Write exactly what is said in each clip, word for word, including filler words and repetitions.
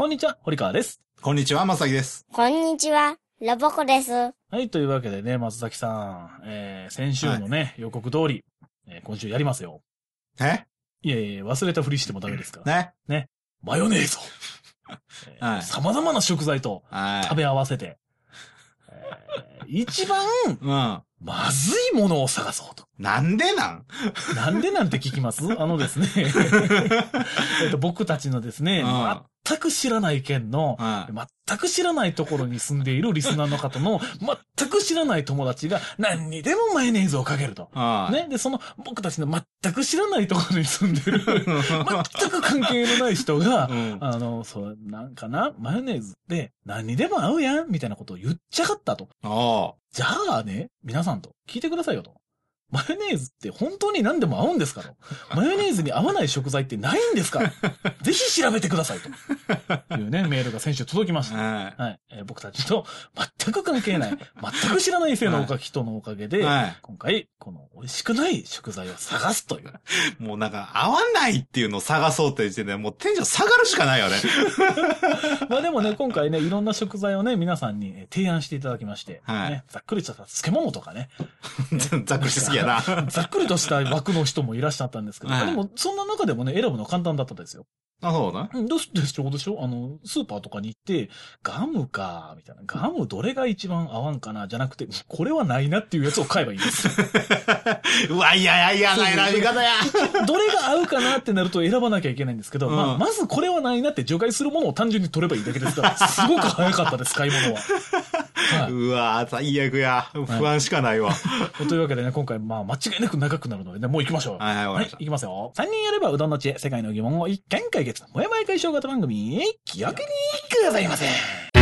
こんにちは、堀川です。 こんにちは、まさきです。 こんにちは、ロボコです。はい、というわけでね、松崎さん、えー、先週のね、はい、予告通り、えー、今週やりますよ。 えいやいや、忘れたふりしてもダメですから。 ね。 ね。マヨネーズを、えーはい、様々な食材と食べ合わせて、えー、一番、うん。まずいものを探そうと。 なんでなんなんでなんて聞きますあのですね、えっと、僕たちのですね、うん、全く知らない県の、うん、全く知らないところに住んでいるリスナーの方の、全く知らない友達が何にでもマヨネーズをかけると。うん、ね。で、その僕たちの全く知らないところに住んでる、全く関係のない人が、うん、あの、そう、なんかな、マヨネーズって何にでも合うやんみたいなことを言っちゃかったと。 ああ。 じゃあね、皆さんと聞いてくださいよと。マヨネーズって本当に何でも合うんですかと。マヨネーズに合わない食材ってないんですかぜひ調べてくださいと。いうね、メールが先週届きました。はいはいえー、僕たちと全く関係ない、全く知らない性のおかき人のおかげで、はい、今回、この美味しくない食材を探すという。 もうなんか合わないっていうのを探そうって言ってね、もうテンション下がるしかないよね。 まあでもね、今回ね、いろんな食材をね、皆さんに提案していただきまして、はいね、ざっくりとした漬物とかね。 ざっくりしすぎやな。 ざっくりとした枠の人もいらっしゃったんですけど、はい、でも、そんな中でもね、選ぶの簡単だったですよ。 あ、そうだ。 どうし、でしょうでしょあの、スーパーとかに行って、ガムか、みたいな。ガムどれが一番合わんかなじゃなくて、これはないなっていうやつを買えばいいんですよ。 うわ、いやいやいやな選び方や。 どれが合うかなってなると選ばなきゃいけないんですけど、うん、まあ、まずこれはないなって除外するものを単純に取ればいいだけですから、すごく早かったです、買い物は。 はい、うわ最悪や。不安しかないわ。 はい、というわけでね、今回、まあ、間違いなく長くなるのでね、もう行きましょう。 はいはい、わかりました。 はい、行きますよ。さんにんやればうどんの知恵、世界の疑問を一見解決。もやもや解消型番組、記憶にございません。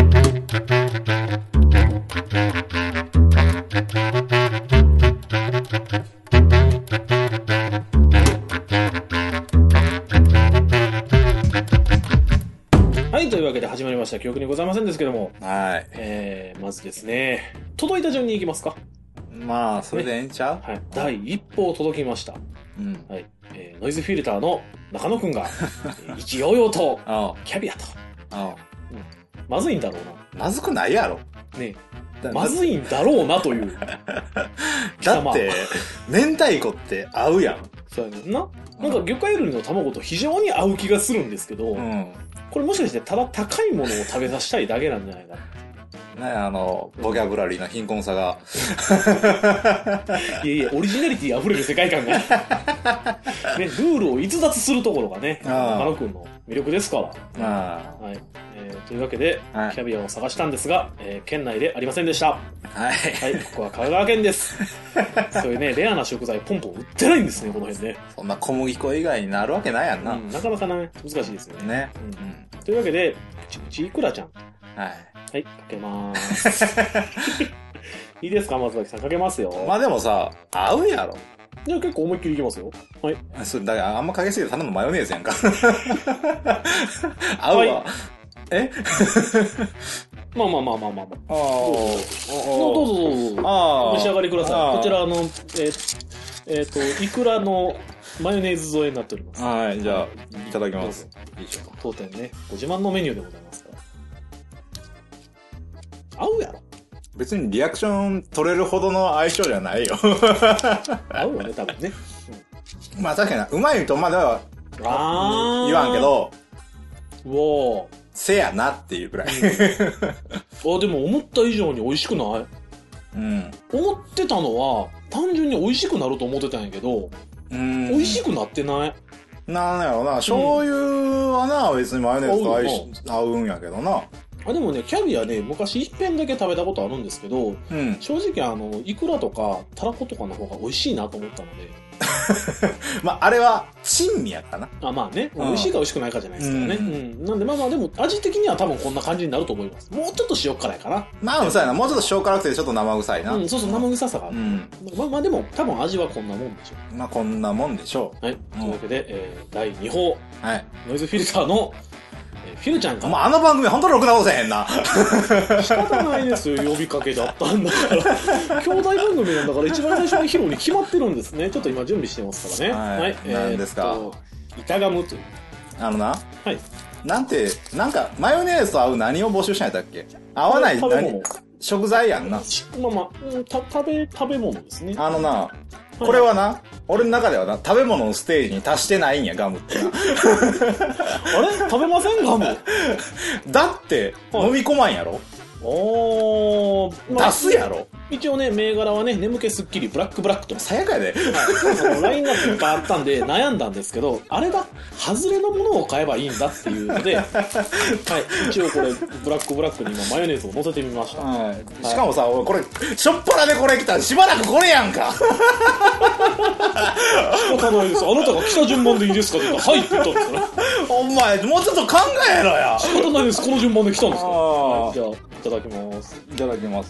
はい、というわけで始まりました。記憶にございませんですけども。 はい。 えー、まずですね、届いた順に行きますか。 まあ、それでええんちゃう、 ね、はい。第一報届きました。 うん。 はい。えー、ノイズフィルターの中野くんが、意気揚々と、キャビアと。 ああ、 うん。まずいんだろうな。まずくないやろ。 ねえ。まずいんだろうなという。 だって、明太子って合うやん。 そうやねんな。なんか魚介類の卵と非常に合う気がするんですけど、うん、これもしかしてただ高いものを食べさせたいだけなんじゃないかな。 ね、あの、ボキャブラリーな貧困さが。 いやいや、オリジナリティ溢れる世界観が。ね、ルールを逸脱するところがね、中野くんの魅力ですから。 あはい。えー、というわけで、はい、キャビアを探したんですが、えー、県内でありませんでした。 はい。 はい、ここは香川県です。そういうね、レアな食材ポンポン売ってないんですね、この辺ね。 そんな小麦粉以外になるわけないやんな。 うん、なかなかね、難しいですよね。 ね。 うんうん、というわけで、プチプチいくらちゃん。 はい。 はい、かけまーす。いいですか、松崎さん。かけますよ。 まあでもさ、合うやろ。 いや、結構思いっきりいきますよ。はい。 それ、だからあんまかけすぎてただのマヨネーズやんか。合うわ。はい、えまあまあまあまあまあまあ。 ああ。 どうぞどうぞ。ああ。お召し上がりください。こちら、あの、えー、えーと、いくらのマヨネーズ添えになっております。 はい、じゃあ、いただきます。 いいでしょうか。当店ね、ご自慢のメニューでございますから。合うやろ。 別にリアクション取れるほどの相性じゃないよ。 合うよね、多分ね。 うん、まあ確かにうまいとまでは言わんけど、 うおー。 せやなっていうくらい。 あ、でも思った以上に美味しくない？ うん。 思ってたのは、単純に美味しくなると思ってたんやけど、うん。美味しくなってない。 なんやろな、醤油はな、別にマヨネーズと相性合うんやけどな。 あ、でもね、キャビアね、昔一遍だけ食べたことあるんですけど、うん、正直あの、イクラとかタラコとかの方が美味しいなと思ったので。 まあ、あれは、珍味やったな。 あ、まあね、うん、美味しいか美味しくないかじゃないですからね。うん。うん、なんでまあまあ、でも味的には多分こんな感じになると思います。もうちょっと塩辛いかな。 まあ、そうやな。もうちょっと塩辛くてちょっと生臭いな。 うん、そうそう、生臭さがある。うん。まあまあ、でも多分味はこんなもんでしょう。まあ、こんなもんでしょう。はい。というわけで、えー、だいに報。 はい。 ノイズフィルターの、フィルちゃんから。 まあ、あの番組本当にろくなことせへんな。 仕方ないですよ、呼びかけだったんだから。兄弟番組なんだから一番最初に披露に決まってるんですね。ちょっと今準備してますからね。 はい。はい、何ですか、 えー、板ガムという。 あのな。 はい。 なんて、なんか、マヨネーズと合う何を募集したんやったっけ？合わない食べ物何食材やんな。 まあまあ、うん、た食べ、食べ物ですね。 あのな、これはな、俺の中ではな、食べ物のステージに達してないんや、ガムってな。 あれ食べませんガム。 だって、 はい飲み込まんやろ？ おー、まあ出すやろ？ 一応ね、銘柄はね、眠気すっきりブラックブラックと。 最悪やで。 はい、あのラインナップいっぱいあったんで悩んだんですけど、あれだ、外れのものを買えばいいんだっていうので、はい、一応これ、ブラックブラックに今マヨネーズを乗せてみました。 はい、しかもさ、俺これ、しょっぱなでこれ来たらしばらくこれやんか。 仕方ないです。あなたが来た順番でいいですかって言ったら、はいって言ったんですから。 お前、もうちょっと考えろや。 仕方ないです。この順番で来たんですから。 あーはい、じゃあ、いただきます。 いただきます。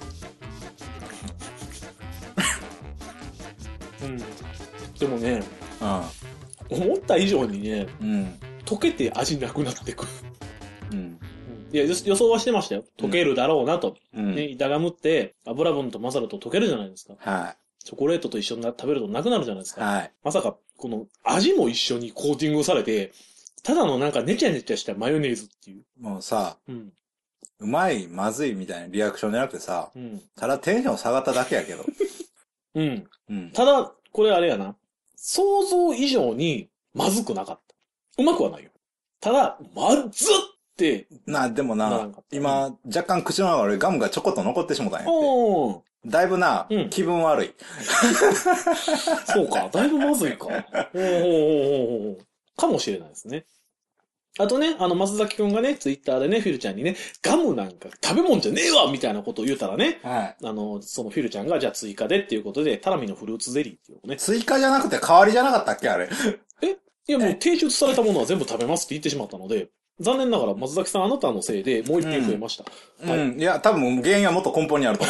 うん。でもね、 う思った以上にね、 ん。うん。 溶けて味なくなってくる。 うん。 いや、予予想はしてましたよ。溶けるだろうなと。 うん。 ね、板ガムって油分と混ざると溶けるじゃないですか。 はチョコレートと一緒にな食べるとなくなるじゃないですい。 か。 はい。 まさか、この味も一緒にコーティングされて、ただのなんかネチャネチャしたマヨネーズっていう。 もうさ、 うん。 うまい、まずいみたいなリアクションじゃなくてさ、 うん。 ただテンション下がっただけやけど。 うん。 うん。 ただ、これあれやな。想像以上にまずくなかった。うまくはないよ。ただ、まずって、 な、でもなならんかっ、た今、若干口の中でガムがちょこっと残ってしもたんやって。 おー。 だいぶな、 うん気分悪い。 そうか。だいぶまずいか。ほうほうほうほうほう。かもしれないですね。あとね、あの、松崎くんがね、ツイッターでね、フィルちゃんにね、ガムなんか食べ物じゃねえわみたいなことを言うたらね、 はい。 あの、そのフィルちゃんが、じゃあ追加でっていうことで、タラミのフルーツゼリーっていうのをね。 追加じゃなくて代わりじゃなかったっけあれ。 いや、もう提出されたものは全部食べますって言ってしまったので、残念ながら松崎さんあなたのせいでもう一品増えました。 うん。 はいいや、多分原因はもっと根本にあると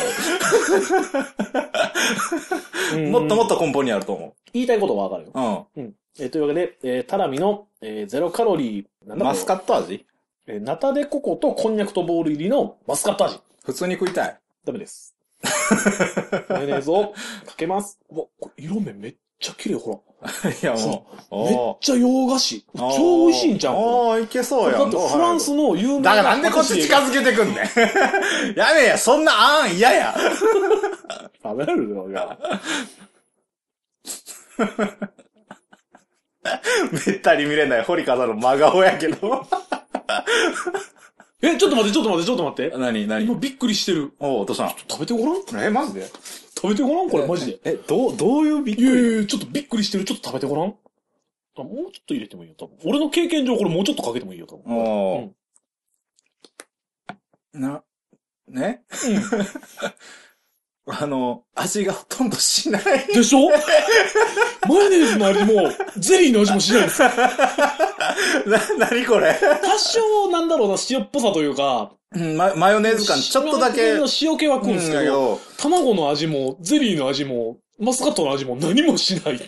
思う。もっともっと根本にあると思言いたいことはわかるよ。 う。 うん。えーというわけで、えータラミの、えーゼロカロリー、なうんん。マスカッット味ト、えーナタデココとこんにゃくとボール入りのマスカット味。 普通に食いたい。 ダメです。マヨネーズをかけます。うわ、これ色目めっちゃ綺麗、ほら。 いや、もう。 めっおちゃ洋菓子。超美味しいんじゃん。こおー、いけそうやん。 れだってフランスの有名な。 だからなんでこっち近づけてくんねん。やめや、そんなあん嫌や。 食べるよ、いや。 めったに見れない堀川さんの真顔やけど。 え、ちょっと待って、ちょっと待って、ちょっと待って。 何何今びっくりしてる。 おう、どうしたの食べてごらん。 え、マジで食べてごらん、これ、マジで。 え、どう、どういうびっくりいやいやいや、ちょっとびっくりしてる。ちょっと食べてごらん。あ、もうちょっと入れてもいいよ、多分。俺の経験上、これもうちょっとかけてもいいよ、多分。 おー。な、ねあの、味がほとんどしない。 でしょマヨネーズの味も、ゼリーの味もしないです。 な、なにこれ多少、なんだろうな、塩っぽさというか、 うんママヨネーズ感ちょっとだけ。 の塩気は食うんですけど、 うん卵の味も、ゼリーの味も、マスカットの味も何もしない。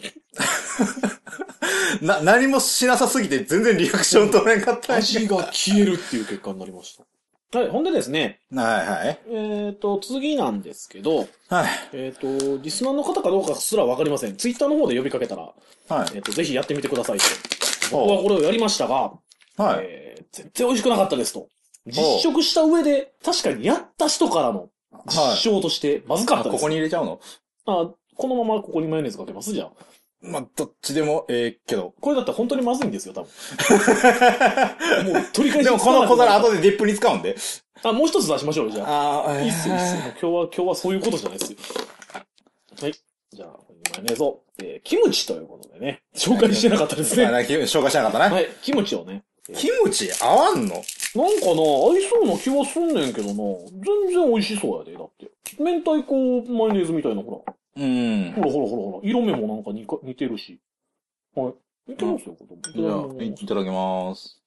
な、何もしなさすぎて全然リアクション取れんかったんや味が消えるっていう結果になりました。はい、ほんでですね、 はいはい。 えっと、次なんですけど、 はい。 えっと、リスナーの方かどうかすらわかりません。ツイッターの方で呼びかけたら、 はい。 えっと、ぜひやってみてくださいと。 ほう僕はこれをやりましたが、 はい。 えー全然美味しくなかったですと。実食した上で、確かにやった人からの実証としてまずかったです。 ここに入れちゃうのあ、このままここにマヨネーズかけますじゃあ。 まあ、どっちでもええけど。 これだったら本当にまずいんですよ、多分。もう取り返しでもこの小皿後でディップに使うんで。 あ、もう一つ出しましょうよ、じゃあ。 ああ、 いいっすよ、いいっすよ。今日は、今日はそういうことじゃないですよ。はい。じゃあ、マヨネーズを、えー、キムチということでね。紹介してなかったですね。 あな紹介しなかったな。 はい、キムチをね。 キムチ合わんのなんかな、合いそうな気はすんねんけどな。全然美味しそうやで、だって。明太子マヨネーズみたいな、ほら。 うん。 ほらほらほらほら。色目もなんか似か似てるし。はい。いけますよ、これ。 じゃあ、いただきます。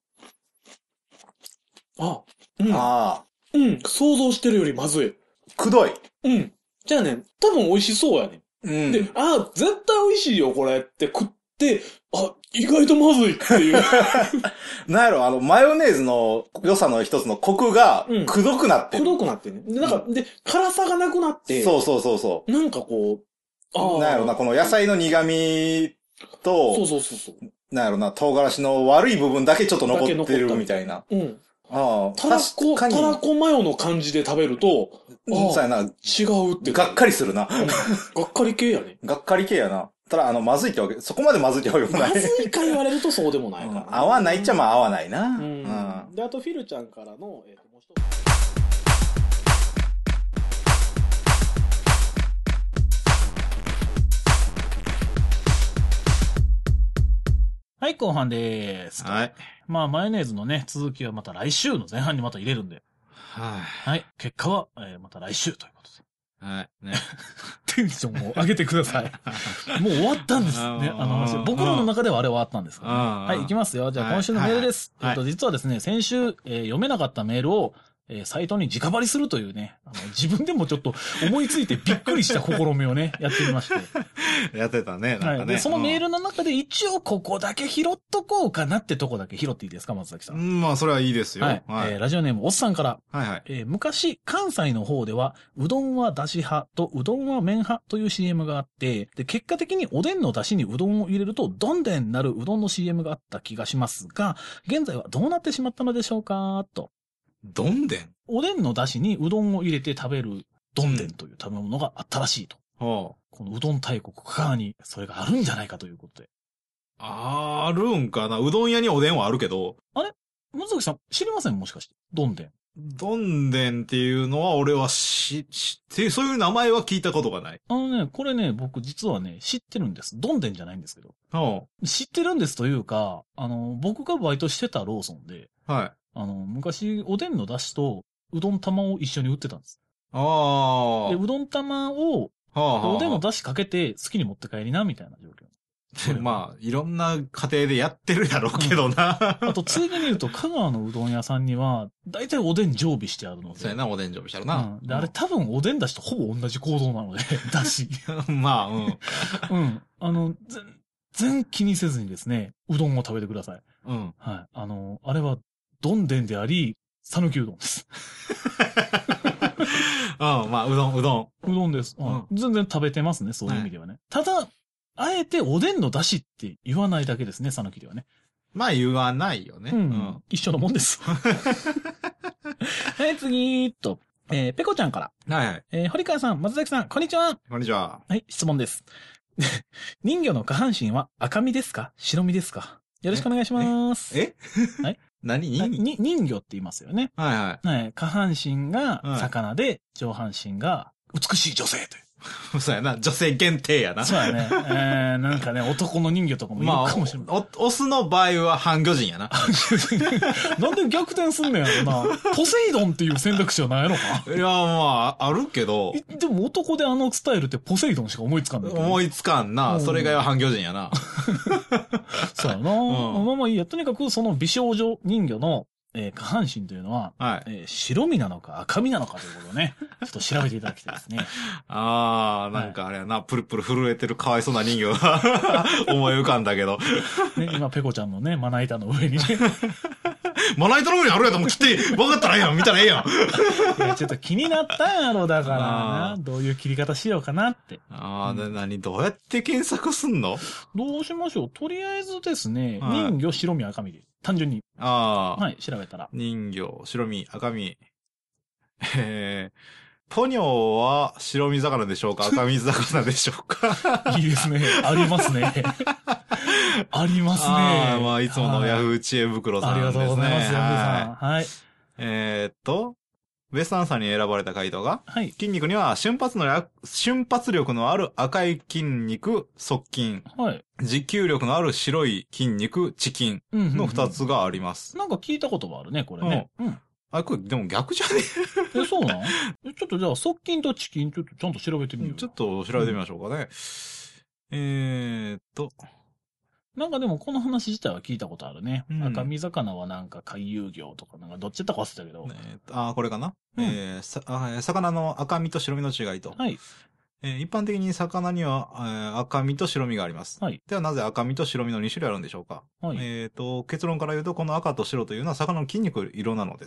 あ、うん。 ああ、 うん。想像してるよりまずい。 くどい。 うん。じゃあね、多分美味しそうやね。 うん。 で、あ、絶対美味しいよ、これって食って、あ、意外とまずいっていう。 なんやろ、あの、マヨネーズの良さの一つのコクがうん、 くどくなってる。 くどくなってね。で、なんか、で、辛さがなくなって、 そうそうそうそなんかこう、 う。 ああ。 なんやろな、この野菜の苦味と、 そうそうそうそう。 なんやろな、唐辛子の悪い部分だけちょっと残ってるみたいな。 うん。 ああ、 たらこ、たらこマヨの感じで食べると、 ああ、そうやな。 違うって。 がっかりするな。 うん、がっかり系やね。 がっかり系やな。ただ、あの、まずいってわけ、そこまでまずいってわけもない。 まずいか言われるとそうでもないかな。 うん、合わないっちゃまあ合わないな。うん。 うん、で、あとフィルちゃんからの、えっと、もう一つ。 はい、後半でーす。 はい。 まあ、マヨネーズのね、続きはまた来週の前半にまた入れるんで。 はい。 はい。結果は、えー、また来週ということで。 はい。ね。 テンションを上げてください。もう終わったんですね。あの話。僕らの中ではあれ終わったんですから、ね。はい、行きますよ。じゃあ今週のメールです。はい、えっと、実はですね、先週、えー、読めなかったメールを、えー、サイトに直張りするというね、あの、自分でもちょっと思いついてびっくりした試みをね、やってみまして。 やってたね、なんかね。 はい。で、そのメールの中で一応ここだけ拾っとこうかなってとこだけ拾っていいですか、松崎さん。 うん、まあ、それはいいですよ。 はい。はい、えー、ラジオネームおっさんから。 はいはい。 えー、昔、関西の方では、うどんはだし派とうどんは麺派という シーエム があって、で、結果的におでんのだしにうどんを入れると、どんでんなるうどんの シーエム があった気がしますが、現在はどうなってしまったのでしょうかと。 どんでんおでんの出汁にうどんを入れて食べるどんでんという食べ物があったらしいと。うん、このうどん大国香川にそれがあるんじゃないかということで。 あるんかな。うどん屋におでんはあるけど。 あれ松崎さん知りませんもしかして。どんでん。 どんでんっていうのは俺はし、知って、そういう名前は聞いたことがない。 あのね、これね、僕実はね、知ってるんです。どんでんじゃないんですけど。 うん、 知ってるんですというか、あの、僕がバイトしてたローソンで、 はい。 あの、昔、おでんの出汁と、うどん玉を一緒に売ってたんです。 ああ。 で、うどん玉を、はあはあ、おでんの出汁かけて好きに持って帰りな、みたいな状況。 まあ、いろんな家庭でやってるやろうけどな。 うん、あと、ついでに言うと、香川のうどん屋さんには、だいたいおでん常備してあるので。 そうやな、おでん常備してあるな。 うん。で、あれ多分おでん出汁とほぼ同じ構造なので、出汁。 まあ、うん。 うん。あの、全然気にせずにですね、うどんを食べてください。 うん。 はい。あの、あれは、どんでんであり、讃岐うどんです。 うん、まあ、うどん、うどん。 うどんです。うん。全然食べてますね、そういう意味ではね。はい、ただ、あえておでんの出汁って言わないだけですね、讃岐ではね。 まあ言わないよね。 うん。うん、一緒のもんです。はい、次ーっと。えー、ペコちゃんから。 はいはい。 えー、堀川さん、松崎さん、こんにちは。 こんにちは。 はい、質問です。人魚の下半身は赤身ですか白身ですかよろしくお願いします。 えはい。 何人に人魚って言いますよね。 はいはい。 はい。下半身が魚で、はい、上半身が美しい女性という。 そうやな。女性限定やな。 そうやね。えー、なんかね、男の人魚とかもいるかもしれない。まあ、お、オスの場合は半魚人やな。 なんで逆転すんねんやろな。ポセイドンっていう選択肢はないのかいや、まあ、あるけど。 でも男であのスタイルってポセイドンしか思いつかんない。 思いつかんな。それ以外は半魚人やな。 そうやな。うん、まあまあいいや。とにかくその美少女人魚の、えー、下半身というのは、はい、えー、白身なのか赤身なのかということをね、ちょっと調べていただきたいですね。 ああ、なんかあれやな、はい、プルプル震えてるかわいそうな人魚が思い浮かんだけど。 ね、今、ペコちゃんのね、まな板の上にね。 まな板の上にあるやとも切って、分かったらええやん、見たらええやん。いや、ちょっと気になったんやろ、だからな。どういう切り方しようかなって。 ああ、うん、で、何、どうやって検索すんの？ どうしましょう。とりあえずですね、はい、人魚、白身、赤身で。単純に。 ああ。 はい、調べたら。 人魚、白身、赤身。えー、ポニョは白身魚でしょうか赤身魚でしょうかいいですね。ありますね。ありますね。 ああ、まあ、いつものヤフー知恵袋さんですね。 ありがとうございます、ヤフーさん。はい。 えー、っと、ウエスタンさんに選ばれた回答が、 はい。 筋肉には瞬発の、瞬発力のある赤い筋肉、側筋。 はい。 持久力のある白い筋肉、遅筋の二つがあります、 うんうんうん。なんか聞いたことがあるね、これね。うん。うん、 あ、これ、でも逆じゃねえ、そうなんちょっとじゃあ、側筋と遅筋ちょっとちゃんと調べてみよう。 ちょっと調べてみましょうかね。うん、えーっと。 なんかでもこの話自体は聞いたことあるね。 うん、 赤身魚はなんか回遊魚とかなんかどっちだったか忘れたけど。 えー、あ、これかな、 うん、 えーさあ。魚の赤身と白身の違いと。 はい。 えー、一般的に魚には、えー、赤身と白身があります。 はい。 ではなぜ赤身と白身のに種類あるんでしょうか。 はい。 えっと、結論から言うと、この赤と白というのは魚の筋肉色なのですと。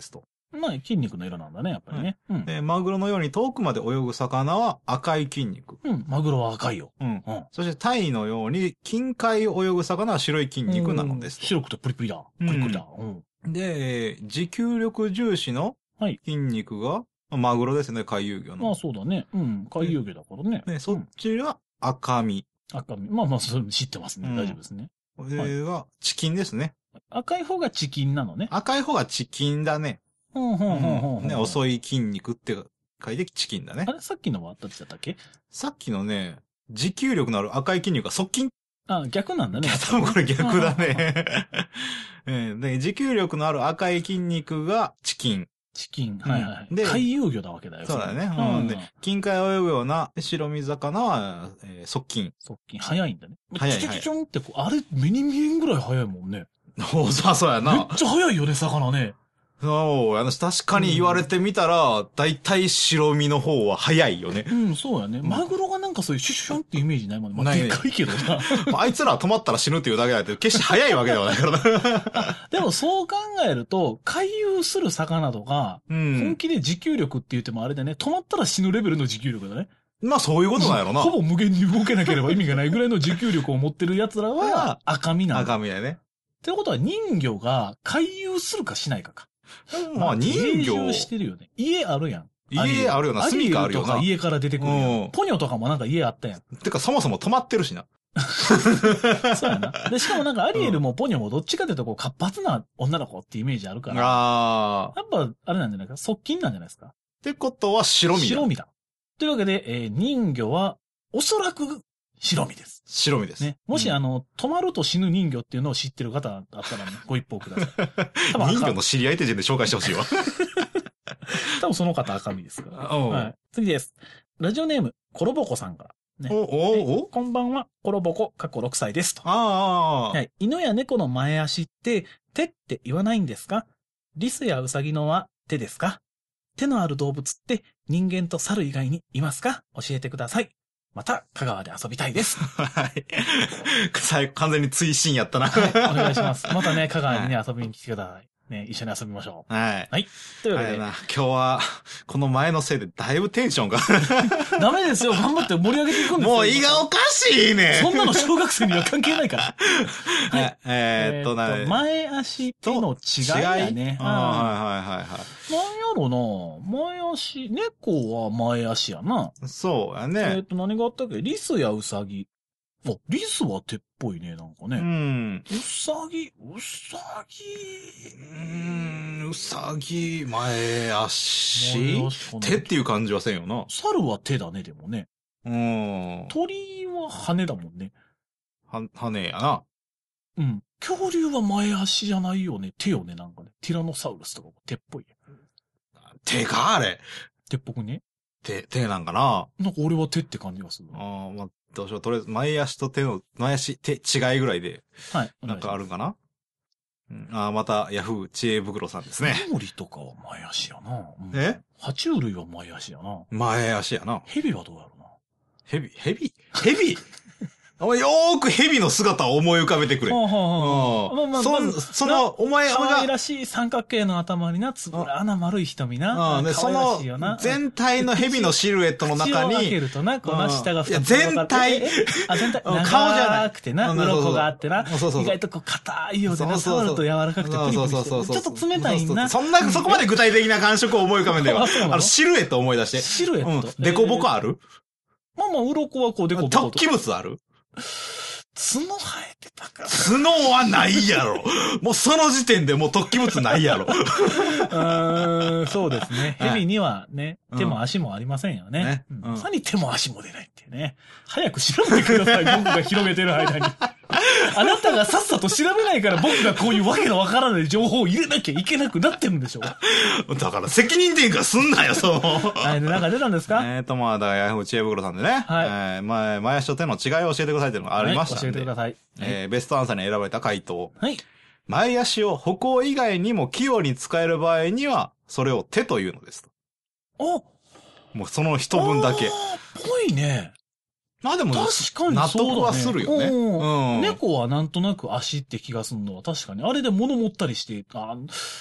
まあ、筋肉の色なんだね、やっぱりね。うん。 で、マグロのように遠くまで泳ぐ魚は赤い筋肉。 うん、マグロは赤いよ。 うん。 うん。 そしてタイのように近海を泳ぐ魚は白い筋肉なのですうん。白くてプリプリだ。プリプリだ。うん。 で、持久力重視のはい。 筋肉が、マグロですね、回遊魚の。 まあそうだね。うん。回遊魚だからね。 で、そっちは赤身。 赤身。まあまあ、それ知ってますね。 うん大丈夫ですね。 これがチキンですね。 赤い方がチキンなのね。 赤い方がチキンだね。 ほんほんほんほんほん。 ね、遅い筋肉って書いてチキンだねあ。れさっきのはどっちだったっけ？ さっきのね、持久力のある赤い筋肉が側筋。 あ、逆なんだね。 多分これ逆だね。えーで、持久力のある赤い筋肉がチキン。 チキン。はいはい。 で回遊魚なわけだよ。 そうだね。 うん。 うん、で、近海を泳ぐような白身魚は、えー、側筋。 側筋。早いんだね。 早いチュチュチュンってこう、あれ目に見えんぐらい早いもんね。 おそうそうやめっな。 ちゃ早いよね、魚ね。 そう、あの、確かに言われてみたら、だいたい白身の方は早いよね。 うん、そうやね。マグロがなんかそういうシュシュシュンってイメージないもんね。まあ、 ないねでかいけどな。 あいつらは止まったら死ぬっていうだけだって、決して早いわけではないからな。 でもそう考えると、回遊する魚とか、 うん本気で持久力って言ってもあれでね、止まったら死ぬレベルの持久力だね。 まあそういうことなんやろな。 ほぼ無限に動けなければ意味がないぐらいの持久力を持ってる奴らは赤身なんだ。 赤身やね。 ってことは人魚が回遊するかしないかか。 まあ人魚自由してるよね。家あるやん。 家あるよな、住みかあるよな。 とか家から出てくるやうんん。ポニョとかもなんか家あったやん。 てかそもそも止まってるしな。 そうやな。で、しかもなんかアリエルもポニョもどっちかというとこう活発な女の子ってイメージあるから。 ああ。 やっぱ、あれなんじゃないか側近なんじゃないですか。 ってことは白身だ。 白身だ。というわけで、えー人魚は、おそらく白身です。 白身です。 ね。もし、 うんあの、止まると死ぬ人魚っていうのを知ってる方だったらね、ご一報ください。多分赤人魚の知り合い手順で紹介してほしいわ。 多分その方赤身ですから、 おうはい。次です。ラジオネーム、コロボコさんから。ね、 お、お、おこんばんは、コロボコ、過去ろくさいですと。 ああ。 はい。犬や猫の前足って、手って言わないんですか？リスやウサギのは手ですか？手のある動物って人間と猿以外にいますか？教えてください。また、香川で遊びたいです。 はい。最後、完全に追伸やったな。 はい。お願いします。またね、香川にね、遊びに来てください。ね、一緒に遊びましょう。 はい。 はい。というわけで、 あれな、今日は、この前のせいでだいぶテンションが。 ダメですよ。頑張って盛り上げていくんですよ。 もう胃がおかしいね。 そんなの小学生には関係ないから。 はい。えーっと、な、 前足との違いやね。 ああ、はいはいはいはい。 なんやろな前足、猫は前足やな。 そうやえっね。 と、何があったっけリスやウサギ。あ、リスは手っぽいね、なんかうね。 ん。 ウサギ、ウサギ。 うーん、うさぎ、前足前足かな手っていう感じはせんよな。 猿は手だね、でもね。 うん。 鳥は羽だもんね。 は、羽やな。 うん。恐竜は前足じゃないよね。手よね、なんかね。ティラノサウルスとかも手っぽいやん。 手かあれ。 手っぽくね。 手、手なんかな。 なんか俺は手って感じがする。 ああ、まあ、どうしよう。とりあえず、前足と手の、前足、手、違いぐらいで、 はい。 なんかある。 るかな。うん、ああ、また、ヤフー知恵袋さんですね。 鳥とかは前足やな。うんえ爬虫類は前足やな。 前足やな。 蛇はどうやろうな。 ヘビ、ヘビヘビお前よーくヘビの姿を思い浮かべてくれ。 はあはあはあまあまあそん、 まずその、お前が、 可愛らしい三角形の頭にな、つぶらな丸い瞳な。 うん、で、そ可愛らのしいよな、 全体のヘビのシルエットの中口を開けに、 るとな、こうな、 うん下が二ついや全体ええあ、全体。 うん顔じゃない長くてな、 うん鱗があってな。 そうそうそう意外とこう硬いようでな、 そうそうそう触ると柔らかくてプリプリしてそうそうそうそうちょっと冷たいな。 そんな、そこまで具体的な感触を思い浮かべんだよ。 あそうなのあの、シルエット思い出して。 シルエット。 うん。デコボコあるまあまあ、鱗はこうデコボコと。 突起物ある角生えてたから。 角はないやろ。もうその時点でもう突起物ないやろ。 うーん、そうですね。 はい蛇にはね、 うん手も足もありませんよね。 ねうんうんまさに手も足も出ないっていうね。早く調べてください、僕が広げてる間に。あなたがさっさと調べないから僕がこういうわけのわからない情報を入れなきゃいけなくなってるんでしょう。 だから責任転嫁すんなよ、その。 はい、で、なんか出たんですかえっと、まあ、だから、ヤフー知恵袋さんでね。 はいえー前、前足と手の違いを教えてくださいっていうのがありましたんで。 はい、教えてください。 えーベストアンサーに選ばれた回答。 はい。 前足を歩行以外にも器用に使える場合には、それを手というのですと。 おもうその一文だけ。 あーぽいね。 まあでも、 確かに納そうだね。 得はするよね。 うんうん。 猫はなんとなく足って気がするのは確かに。あれで物持ったりして、あ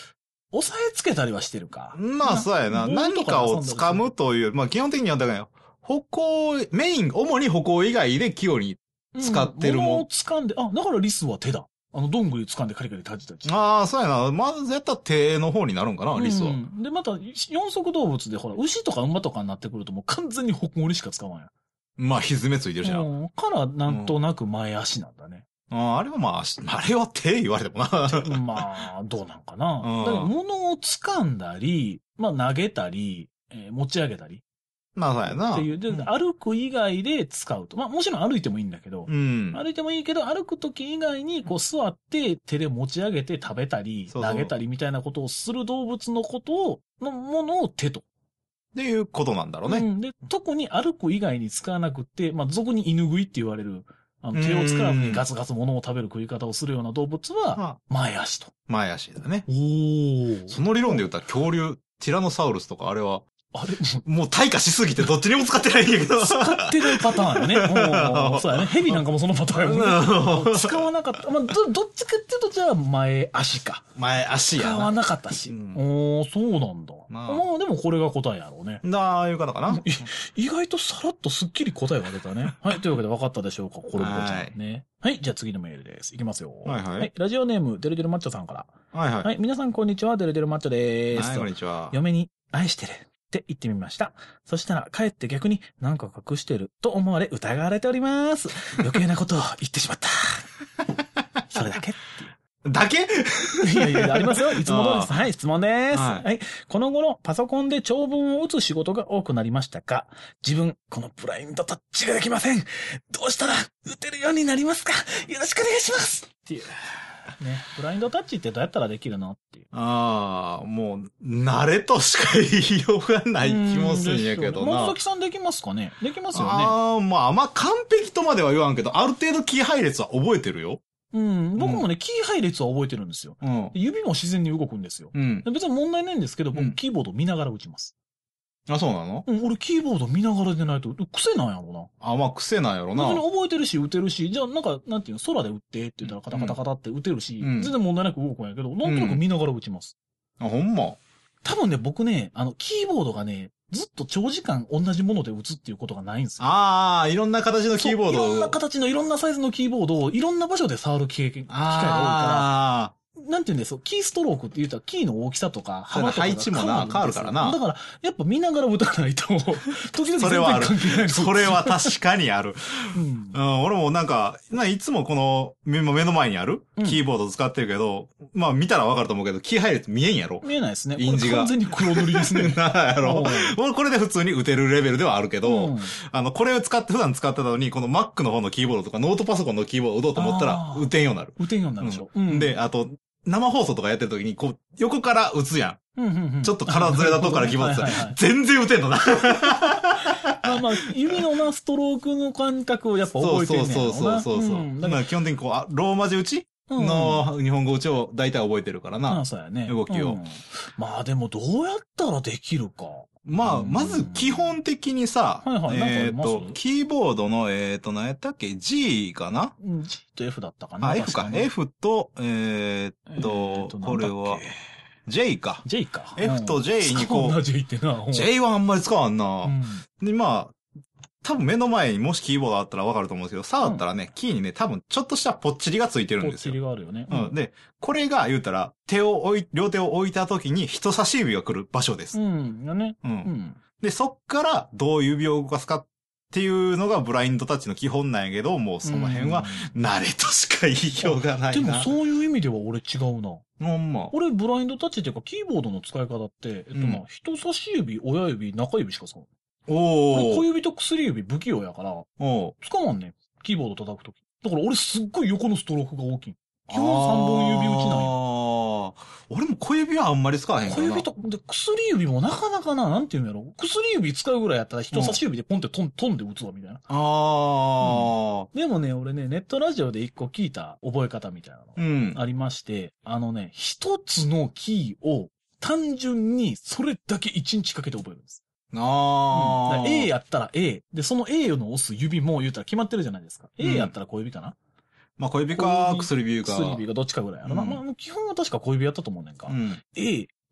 押さえつけたりはしてるか。 まあ、そうやな。何かを掴むという、まあ、基本的には、だから、歩行、メイン、主に歩行以外で器用に使ってるもん。 物を掴んで、あ、だからリスは手だ。あの、どんぐり掴んでカリカリ立ち立ち。 ああ、そうやな。まずやったら手の方になるんかな、リスは。 うん。で、また、四足動物で、ほら、牛とか馬とかになってくるともう完全に歩行にしか使わんや。 まあ、蹄ついてるしな。 うん。から、なんとなく前足なんだね。 うん、ああれはまあ、あれは手言われてもな。 まあ、どうなんかな。 うん、 だから物を掴んだり、まあ投げたり、えー、持ち上げたり。 まあ、そうやな。 っていう。で、うん、歩く以外で使うと。まあ、もちろん歩いてもいいんだけど。 うん。 歩いてもいいけど、歩くとき以外に、こう座って手で持ち上げて食べたり、そうそう投げたりみたいなことをする動物のことを、のものを手と。 っていうことなんだろうね。 うん。で、特に歩く以外に使わなくって、まあ、俗に犬食いって言われる、あの手を使わずにガツガツ物を食べる食い方をするような動物は、前足と。 前足だね。 おー。 その理論で言ったら恐竜、ティラノサウルスとかあれは、 あれもう退化しすぎてどっちにも使ってないんだけど。 使ってないパターンよね。おそうやね。ヘビなんかもそのパターンよね。使わなかった。まあ、ど、どっちかっていうとじゃあ前足か。 前足やな。 使わなかったし。うん、おー、そうなんだ。まあ、まあ、でもこれが答えやろうね。 だあいう方かな。 意外とさらっとスッキリ答えが出たね。はい。というわけで分かったでしょうか、コルボちゃんね。はい、はい。じゃあ次のメールです。いきますよ。 はいはい。はい、 ラジオネーム、デルデルマッチョさんから。 はいはい。 はい。皆さんこんにちは、デルデルマッチョでーす。 はい、こんにちは。 嫁に愛してる。って言ってみました。そしたら、帰って逆になんか隠してると思われ疑われております。余計なことを言ってしまった。それだけっていう。 だけいやいや、ありますよ。いつも通りです。はい、質問です。はい、はい。この頃、パソコンで長文を打つ仕事が多くなりましたが、自分、このブラインドタッチができません。どうしたら打てるようになりますか？よろしくお願いしますっていう。ね。ブラインドタッチってどうやったらできるのっていう。 ああ、もう、慣れとしか言いようがない気もするんやけどな。 松崎さんできますかね？できますよね。 ああ、まあ、まあ、完璧とまでは言わんけど、ある程度キー配列は覚えてるよ。 うん。僕もね、うん、キー配列は覚えてるんですよ。うん、指も自然に動くんですよ。うん、別に問題ないんですけど、僕、キーボード見ながら打ちます。 あ、そうなの？ うん、俺キーボード見ながらでないと、癖なんやろな。 あ、まあ癖なんやろな。 別に覚えてるし、打てるし、じゃあなんか、なんていうの、空で打ってって言ったらカタカタカタって打てるし、うん、全然問題なく動くんやけど、なんとなく見ながら打ちます。 うん、あ、ほんま。 多分ね、僕ね、あの、キーボードがね、ずっと長時間同じもので打つっていうことがないんですよ。 ああ、いろんな形のキーボードを。 いろんな形のいろんなサイズのキーボードをいろんな場所で触る機会が多いから、なんて言うんですよ。キーストロークって言ったらキーの大きさとか幅とか配置もな、変わるからな。 だから、やっぱ見ながら打たないと、時々全然関係ない。 それは確かにある。うん、うん。俺もなんか、いつもこの目の前にあるキーボードを使ってるけど、うん、まあ見たらわかると思うけど、キー配列見えんやろ。 見えないですね。 印字が。 完全に黒塗りですね。 なやろ。俺これで普通に打てるレベルではあるけど、うん、あの、これを使って、普段使ってたのに、この Mac の方のキーボードとかノートパソコンのキーボードを打とうと思ったら、打てんようになる。 打てんようになるでしょ。 うん、で、あと、生放送とかやってる時に、こう、横から打つやん。 うんうんうん、 ちょっと体ずれたとこからキーボード打つ、はいはいはい。全然打てんのな。 まあまあ、指のな、ストロークの感覚をやっぱ覚えてるんねんな。そうそうそうそう。うん、だから基本的にこう、ローマ字打ちの日本語打ちを大体覚えてるからな。 ああ、そうやね。 動きを、うん。 まあでもどうやったらできるか。 まあ、まず基本的にさ、 はいはい、 えっと、キーボードの、えっと、何やったっけ ?G かな？ G と F だったかな。 あ、F か。F と、えっと、これは、J か。 J か。 F と J にこう。 使うな、J ってな。 J はあんまり使わんな。で、まあ、多分目の前にもしキーボードあったらわかると思うんですけど、触ったらね、うん、キーにね、多分ちょっとしたポッチリがついてるんですよ。 ポッチリがあるよね。 うん。で、これが言うたら、手を置い、両手を置いた時に人差し指が来る場所です。 うん。よね。 うん。うん、で、そっからどう指を動かすかっていうのがブラインドタッチの基本なんやけど、もうその辺は慣れとしか言いようがないな。 でもそういう意味では俺違うな。 ほんま。 俺ブラインドタッチっていうかキーボードの使い方って、えっとまあ、うん、人差し指、親指、中指しか使う。 おー。 小指と薬指不器用やから、 お使わんねん。キーボード叩くとき。だから俺すっごい横のストロークが大きい。基本さんぼん指打ちなんや。 ああ。俺も小指はあんまり使わへんからな。 小指と、で、薬指もなかなかな、なんていうんやろ。薬指使うぐらいやったら人差し指でポンって飛ん飛んで打つわ、みたいな。 ああ、 うん。でもね、俺ね、ネットラジオで一個聞いた覚え方みたいなのがありまして、うん、あのね、一つのキーを単純にそれだけ一日かけて覚えるんです。 ああ、 うん、A やったら A。で、その A の押す指も言うたら決まってるじゃないですか。うん、A やったら小指かな。 まあ小指か薬指か。 薬指がどっちかぐらいやろな。うん、まあ基本は確か小指やったと思うねんか。うん、A、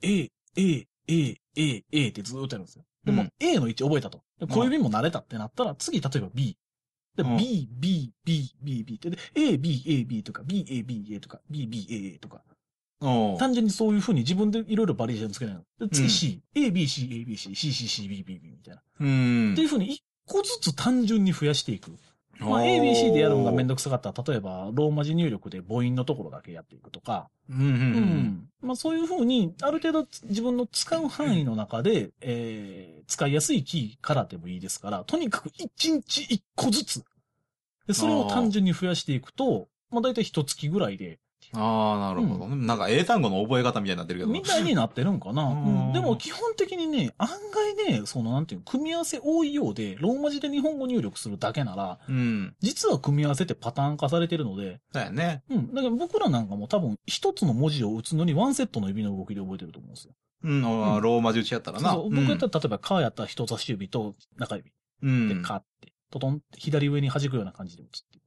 A、A、A、A、A ってずーっとやるんですよ。でも、うん、A の位置覚えたと。小指も慣れたってなったら、次、例えば B。で、うん、B、B、B、B、B って、で、A、B、A、B とか、B、A、B、A とか、B、B、A、A とか。単純にそういう風に自分でいろいろバリエーションつけないの。で、次 C、うん、A、B、C、A、B、C、C、C、C、B、B、B みたいな。うん。っていう風に一個ずつ単純に増やしていく。まあ、A、B、C でやるのがめんどくさかったら、例えば、ローマ字入力で母音のところだけやっていくとか。うん、うん。うん。まあ、そういう風に、ある程度自分の使う範囲の中で、えー、使いやすいキーからでもいいですから、とにかく一日一個ずつ。で、それを単純に増やしていくと、まあ、だいたい一月ぐらいで。 ああ、なるほど。うん、なんか英単語の覚え方みたいになってるけど。 みたいになってるんかな。うん、でも基本的にね、案外ね、そのなんていう組み合わせ多いようで、ローマ字で日本語入力するだけなら、うん、実は組み合わせってパターン化されてるので。 そうやね。 うん。だから僕らなんかも多分一つの文字を打つのにワンセットの指の動きで覚えてると思うんですよ。 うん、うん、ローマ字打ちやったらな。 そうそう。僕やったら例えば、カーやったら人差し指と中指。うん。で、カーって、トトンって左上に弾くような感じで打つっていう。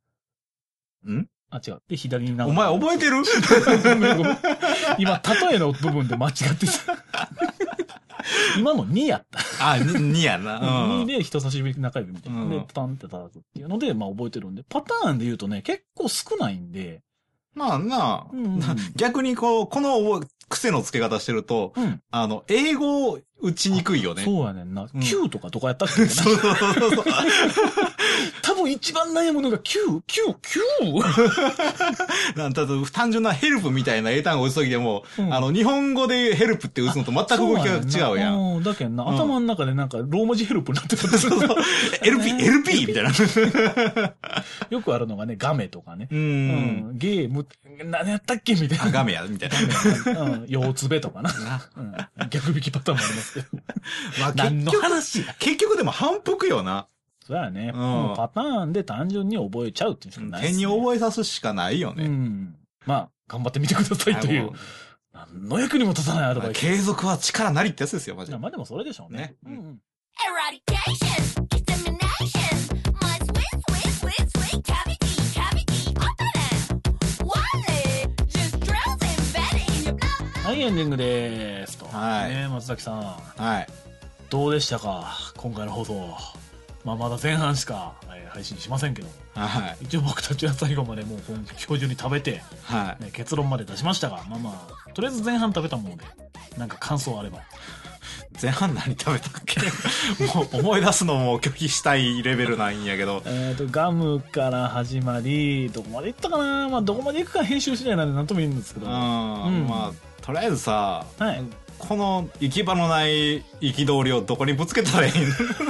んあ、違う。で、左にお前覚えてる今、例えの部分で間違ってた。今のにやった。 あ、にやな。 うん、にで人差し指中指みたいな。うん、で、パタンって叩くっていうので、まあ覚えてるんで、パターンで言うとね、結構少ないんで。 まあな、うんうん、逆にこう、この癖の付け方してると、うん、あの、英語を打ちにくいよね。 そうやねんな。うん、Q とかどこやったっけそうそうそうそう。多分一番悩むのが Q、Q、Q? なんただ単純なヘルプみたいな英単語を打つときでも、うん、あの、日本語でヘルプって打つのと全く動きが違うやん。 うん、だけどな、頭の中でなんかローマ字ヘルプになってたんですよ。 エルピー、エルピー みたいな。 よくあるのがね、ガメとかね。うんうん、ゲーム、何やったっけみたいな。 ガメや、みたいな。 うん、腰つべとかな。うん、逆引きパターンもありますけど。まあ、何の話結局でも反復よな。 そうやね。うん、パターンで単純に覚えちゃうっていうしかないですね。 手に覚えさすしかないよね。うん。 まあ、頑張ってみてくださいという。何の役にも立たないアドバイス。 継続は力なりってやつですよ、マジで。 まあでもそれでしょうね。ね。うんうん。はい、エンディングでーすと。はい。ね、松崎さん。はい。どうでしたか今回の放送。まあまだ前半しか、えー、配信しませんけど。はい。一応僕たちは最後までもう今日中に食べて、はい、ね。結論まで出しましたが、まあまあ、とりあえず前半食べたもので、なんか感想あれば。 前半何食べたっけもう思い出すのも拒否したいレベルなんやけど。 えっと、ガムから始まり、どこまで行ったかなまあどこまで行くか編集次第なんで何とも言うんですけど。うん。 まあ、とりあえずさ、はい。この行き場のない憤りをどこにぶつけたらいいの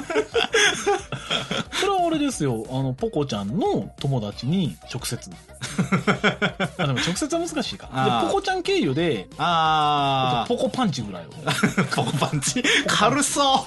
それは俺ですよ。あの、ポコちゃんの友達に直接。あ、でも直接は難しいか。で、ポコちゃん経由で、あポコパンチぐらいを。 ポコパンチ軽そう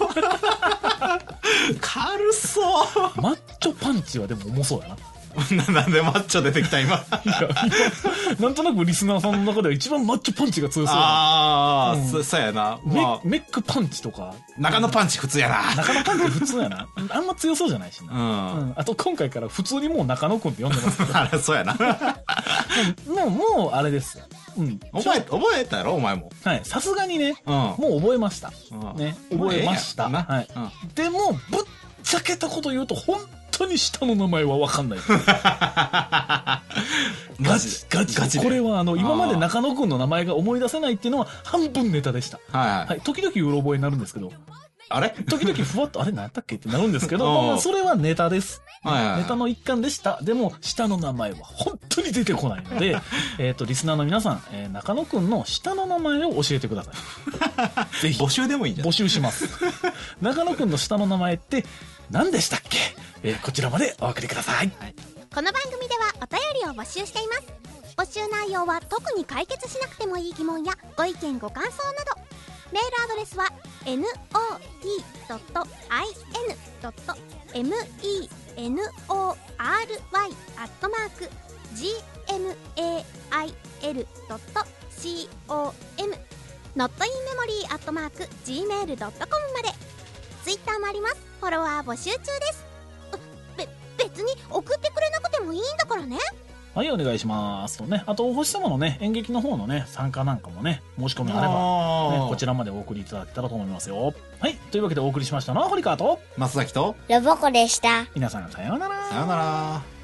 軽そうマッチョパンチはでも重そうやな。 なんでマッチョ出てきた今いや今なんとなくリスナーさんの中では一番マッチョパンチが強そうやな。 ああ、うん、そ, そうやな、 まあ、メ, メックパンチとか中野パンチ普通やな。 中野パンチ普通やな。あんま強そうじゃないしな、うんうん、あと今回から普通にもう中野くんって呼んでますけどあれそうやなもうもうあれです、うん、 覚え覚えたやろお前も。 はい、さすがにね、うん、もう覚えました、うん、ね、覚えました、まあ、はい、うん、でもぶっちゃけたこと言うと本当に下の名前は分かんないガチガチガチ。これはあの今まで中野くんの名前が思い出せないっていうのは半分ネタでした。はい、はいはい、時々うろ覚えになるんですけど、 あれ時々ふわっとあれ何やったっけってなるんですけどまあそれはネタです、はいはいはい、ネタの一環でした。でも下の名前は本当に出てこないのでえっとリスナーの皆さん、えー、中野くんの下の名前を教えてくださいぜひ募集でもいいんじゃない？ 募集します中野くんの下の名前って何でしたっけ、えー、こちらまでお送りください、はい、 この番組ではお便りを募集しています。募集内容は特に解決しなくてもいい疑問やご意見ご感想など、メールアドレスは ノーティードットアイエヌドットメノーアールワイ アットマーク ジーエムエーアイエル ドット コム ノットインメモリー アットマーク ジーメール ドットコム まで。ツイッターもあります。フォロワー募集中です。べ別に送ってくれなくてもいいんだからね。 はい、お願いしますとね。あと、お星様のね、演劇の方のね、参加なんかもね、申し込みあれば、ね、こちらまでお送りいただけたらと思いますよ。はい、というわけでお送りしましたのは、堀川と、 松崎と、 ロボコでした。 皆さんさようなら。 さようなら。